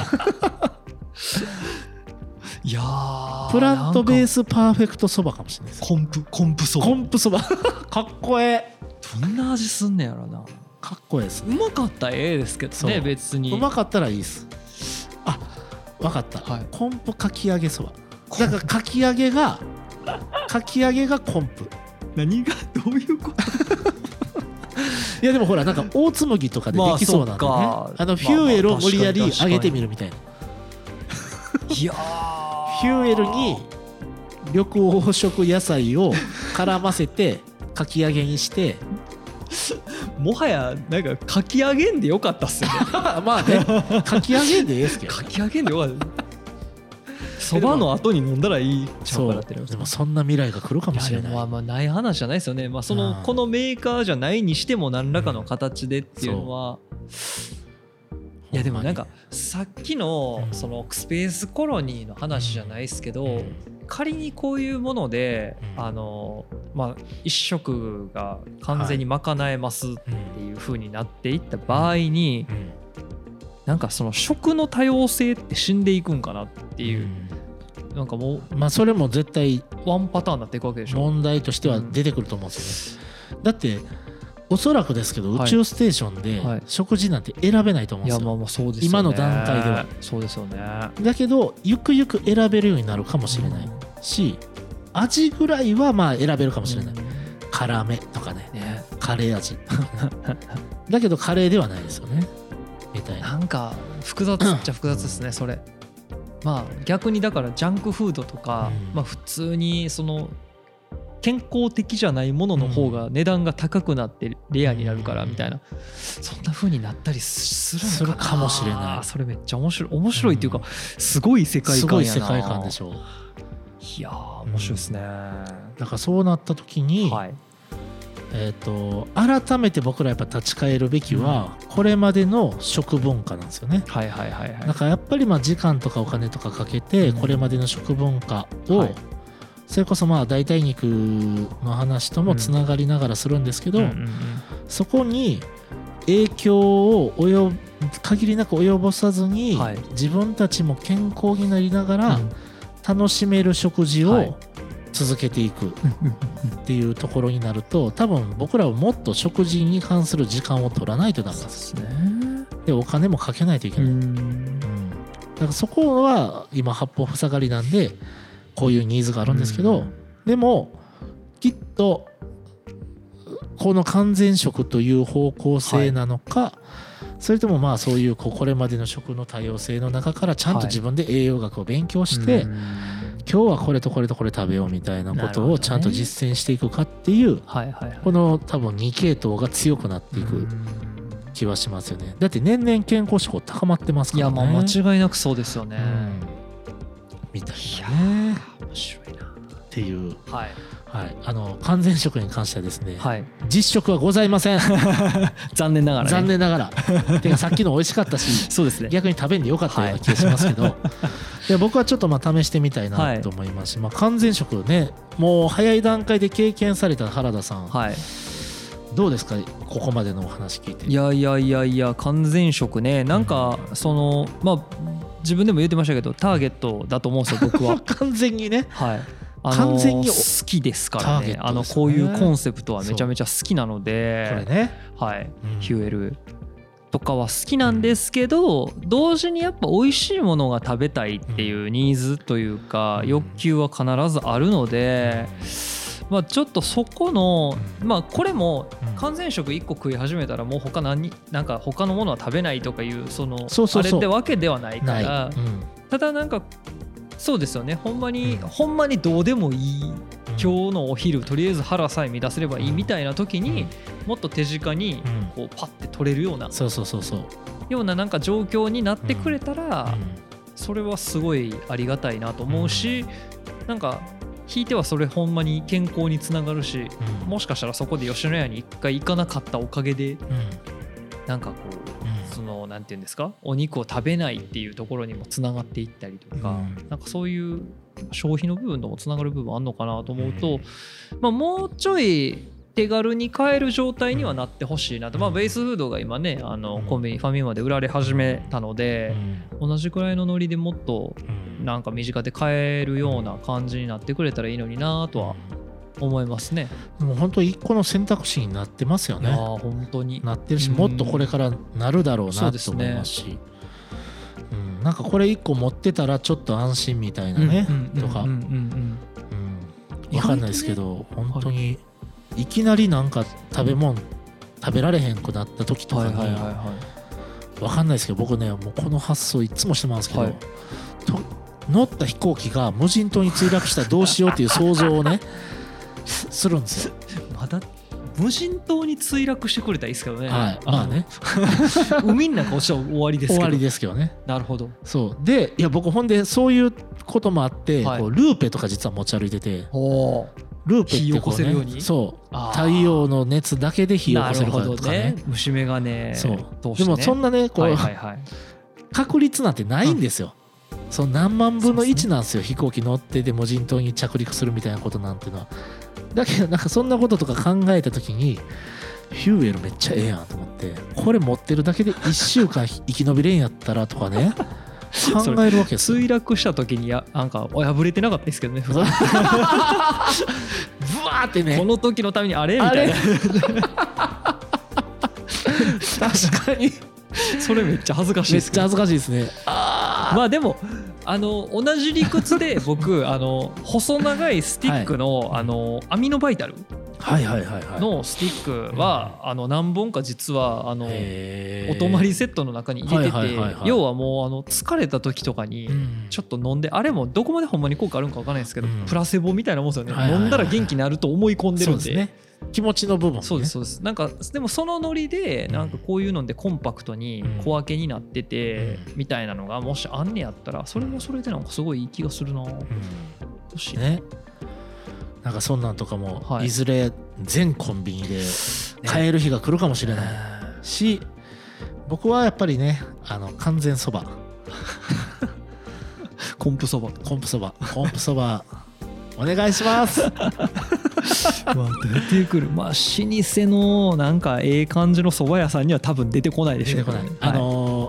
いやプラントベースパーフェクトそばかもしれないです。 コンプそば。 コンプそばかっこええ。 どんな味すんねやろな。 かっこええです、 うまかったらええですけどね。別にうまかったらいいです。あ、わかった、コンプかき揚げそばだからかき揚げがコンプ。 何がどういうこと？ いやでもほらなんか大紬とかでできそうなんでね、フューエルを無理やり上げてみるみたいな。 いやフューエルに緑黄色野菜を絡ませてかき揚げにしてもはやなんかかき揚げんでよかったっすよね。 まあね、かき揚げんでいいですけど、 かき揚げんでよかった。そばの後に飲んだらいいちゃうかなって。 でもそんな未来が来るかもしれない。 まあない話じゃないですよね。まあこのメーカーじゃないにしても何らかの形でっていうのは、いやでもなんかさっきのそのスペースコロニーの話じゃないですけど、仮にこういうものでまあ一食が完全に賄えますっていう風になっていった場合に、なんかその食の多様性って死んでいくんかなっていう、なんかもうまあそれも絶対ワンパターンになっていくわけでしょ。 問題としては出てくると思うんですよね。だっておそらくですけど宇宙ステーションで食事なんて選べないと思うんですよ。 いやまあそうですよね。 今の段階ではそうですよね。 だけどゆくゆく選べるようになるかもしれないし、味ぐらいはまあ選べるかもしれない。辛めとかね、カレー味だけどカレーではないですよねみたいな。 なんか複雑っちゃ複雑ですね、それ。まあ逆にだからジャンクフードとか、まあ普通にその健康的じゃないものの方が値段が高くなってレアになるからみたいな、そんな風になったりするのかもしれない。 それめっちゃ面白いっていうか、すごい世界観やな。 すごい世界観でしょう。 いや面白いですね。 だからそうなった時に、 改めて僕らやっぱ立ち返るべきはこれまでの食文化なんですよね。 はいはいはいはい。 だからやっぱり時間とかお金とかかけてこれまでの食文化をそれこそ代替肉の話ともつながりながらするんですけど、そこに影響を限りなく及ぼさずに自分たちも健康になりながら楽しめる食事を続けていくっていうところになると、多分僕らはもっと食事に関する時間を取らないとダメです。でお金もかけないといけない。だからそこは今八方塞がりなんでこういうニーズがあるんですけど、でもきっとこの完全食という方向性なのか、それともそういうこれまでの食の多様性の中からちゃんと自分で栄養学を勉強して、今日はこれとこれとこれ食べようみたいなことをちゃんと実践していくかっていう、この多分2系統が強くなっていく気はしますよね。だって年々健康志向高まってますからね。 いや間違いなくそうですよね。 みたいなね。 面白いなっていう。完全食に関してはですね、実食はございません。 残念ながらね。 残念ながら。てかさっきの美味しかったし、 そうですね。 逆に食べんでよかったような気がしますけど、で僕はちょっと試してみたいなと思いますし、完全食ね、もう早い段階で経験された原田さん、どうですかここまでのお話聞いて。 いや完全食ね、なんか自分でも言ってましたけどターゲットだと思うんですよ僕は。 完全にね。 完全に好きですからね。こういうコンセプトはめちゃめちゃ好きなので、 これね、 ヒューエルとかは好きなんですけど、同時にやっぱ美味しいものが食べたいっていうニーズというか欲求は必ずあるので、ちょっとそこのこれも完全食1個食い始めたらもう他のものは食べないとかいうあれってわけではないから、ただそうですよね。ほんまにどうでもいい、今日のお昼とりあえず腹さえ満たせればいいみたいな時にもっと手近にこうパッて取れるような状況になってくれたら、それはすごいありがたいなと思うし、ひいてはそれほんまに健康につながるし、もしかしたらそこで吉野家に一回行かなかったおかげでなんていうんですか、お肉を食べないっていうところにもつながっていったりとか、そういう消費の部分ともつながる部分あるのかなと思うと、もうちょい手軽に買える状態にはなってほしいなと。ベースフードが今ねコンビニファミマで売られ始めたので、同じくらいのノリでもっと身近で買えるような感じになってくれたらいいのになとは思いますね。 もう本当一個の選択肢になってますよね。 本当になってるし、もっとこれからなるだろうなと思いますし、これ一個持ってたらちょっと安心みたいなねとか、分かんないですけど、本当にいきなり食べ物食べられへんくなった時とかに、分かんないですけど、僕ねもうこの発想いつもしてますけど、乗った飛行機が無人島に墜落したらどうしようっていう想像をねするんですよ。 まだ無人島に墜落してくれたらいいですけどね。海の中落ちたら終わりですけど。 終わりですけどね。 なるほど。 そうで、いや僕ほんでそういうこともあって、ルーペとか実は持ち歩いてて、ルーペってこうね、そう太陽の熱だけで火を起こせるからとかね。 虫眼鏡通してね。 でもそんなね確率なんてないんですよ。その何万分の1なんですよ、飛行機乗ってで無人島に着陸するみたいなことなんていうのは。だけどそんなこととか考えた時にヒューエルめっちゃええやんと思って、これ持ってるだけで1週間生き延びれんやったらとかね考えるわけですよ。 墜落した時に破れてなかったですけどね。ブワーってね、 この時のためにあれみたいな。 確かにそれめっちゃ恥ずかしいです。 めっちゃ恥ずかしいですね。 でも同じ理屈で僕細長いスティックのアミノバイタルのスティックは何本か実はお泊まりセットの中に入れてて、要はもう疲れた時とかにちょっと飲んで、あれもどこまでほんまに効果あるんか分からないですけど、プラセボみたいなもんですよね。飲んだら元気になると思い込んでるんで、 気持ちの部分、ね、 そうですでもそのノリでこういうのでコンパクトに小分けになっててみたいなのがもしあんねやったら、それもそれでなんかすごいいい気がするな。 ね。 なんかそんなんとかもいずれ全コンビニで買える日が来るかもしれないし、僕はやっぱりね完全そばコンプそばお願いします出てくる。まあ老舗のなんか感じの蕎麦屋さんには多分出てこないでしょう、ね、 出てこない、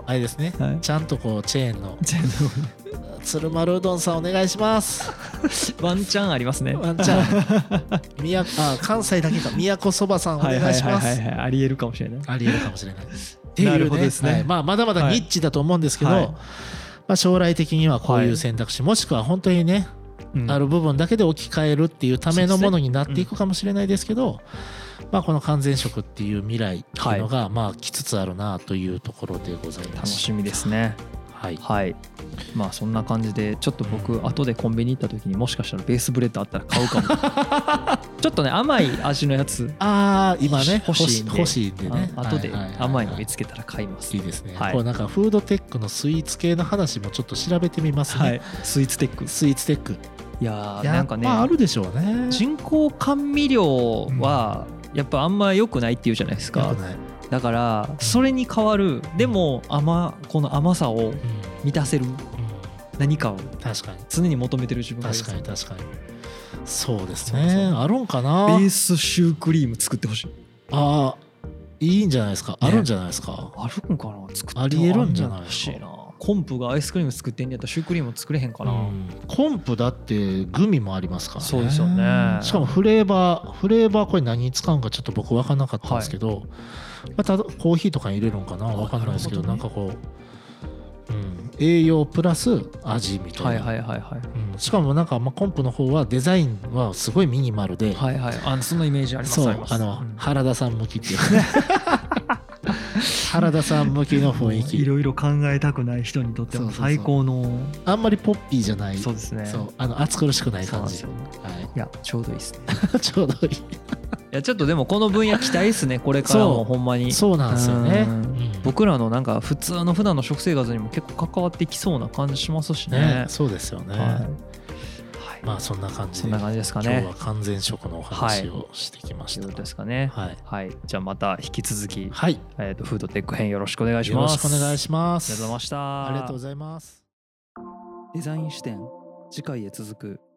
あれですね、ちゃんとこうチェーンの鶴丸うどんさんお願いしますワンチャンありますね。 ワンチャン関西だけか都そばさんお願いします。 ありえるかもしれないっていうね、ですね、まだまだニッチだと思うんですけど、将来的にはこういう選択肢、もしくは本当にね、ある部分だけで置き換えるっていうためのものになっていくかもしれないですけど、この完全食っていう未来っていうのが来つつあるなというところでございます。 楽しみですね。はい、まあそんな感じでちょっと僕後でコンビニ行った時にもしかしたらベースブレッドあったら買うかもちょっとね甘い味のやつ今ね欲しいんでね、 後で甘いの見つけたら買います。 いいですね。こうなんかフードテックのスイーツ系の話もちょっと調べてみますね。 スイーツテックいやなんかね、 あるでしょうね。 人工甘味料はやっぱあんま良くないっていうじゃないですか。だからそれに代わる、でもこの甘さを満たせる何かを常に求めてる自分がいる。 確かにそうですね。あるんかな。 ベースシュークリーム作ってほしい。 いいんじゃないですか。あるんじゃないですか。 あるんかな。作ってありえるんじゃないですか。 コンプがアイスクリーム作ってんやったらシュークリーム作れへんかな。 コンプだってグミもありますからね。 そうですよね。 しかもフレーバーこれ何に使うんかちょっと僕分からなかったんですけど、ただコーヒーとかに入れるのかな分かんないですけど、なんかこう栄養プラス味みたいな。しかもなんかコンプの方はデザインはすごいミニマルで、 そのイメージあります。 そう原田さん向きっていう原田さん向きの雰囲気、 いろいろ考えたくない人にとっても最高の、 あんまりポッピーじゃない。 そうですね。 暑苦しくない感じ。いやちょうどいいですねちょうどいい。いやちょっとでもこの分野期待ですね。これからもほんまにそうなんですよね。 僕らのなんか普段の食生活にも結構関わってきそうな感じしますしね。 そうですよね。そんな感じですかね。 今日は完全食のお話をしてきました。 そうですかね。じゃあまた引き続きフードテック編よろしくお願いします。 よろしくお願いします。 ありがとうございました。 ありがとうございます。 デザイン視点、次回へ続く。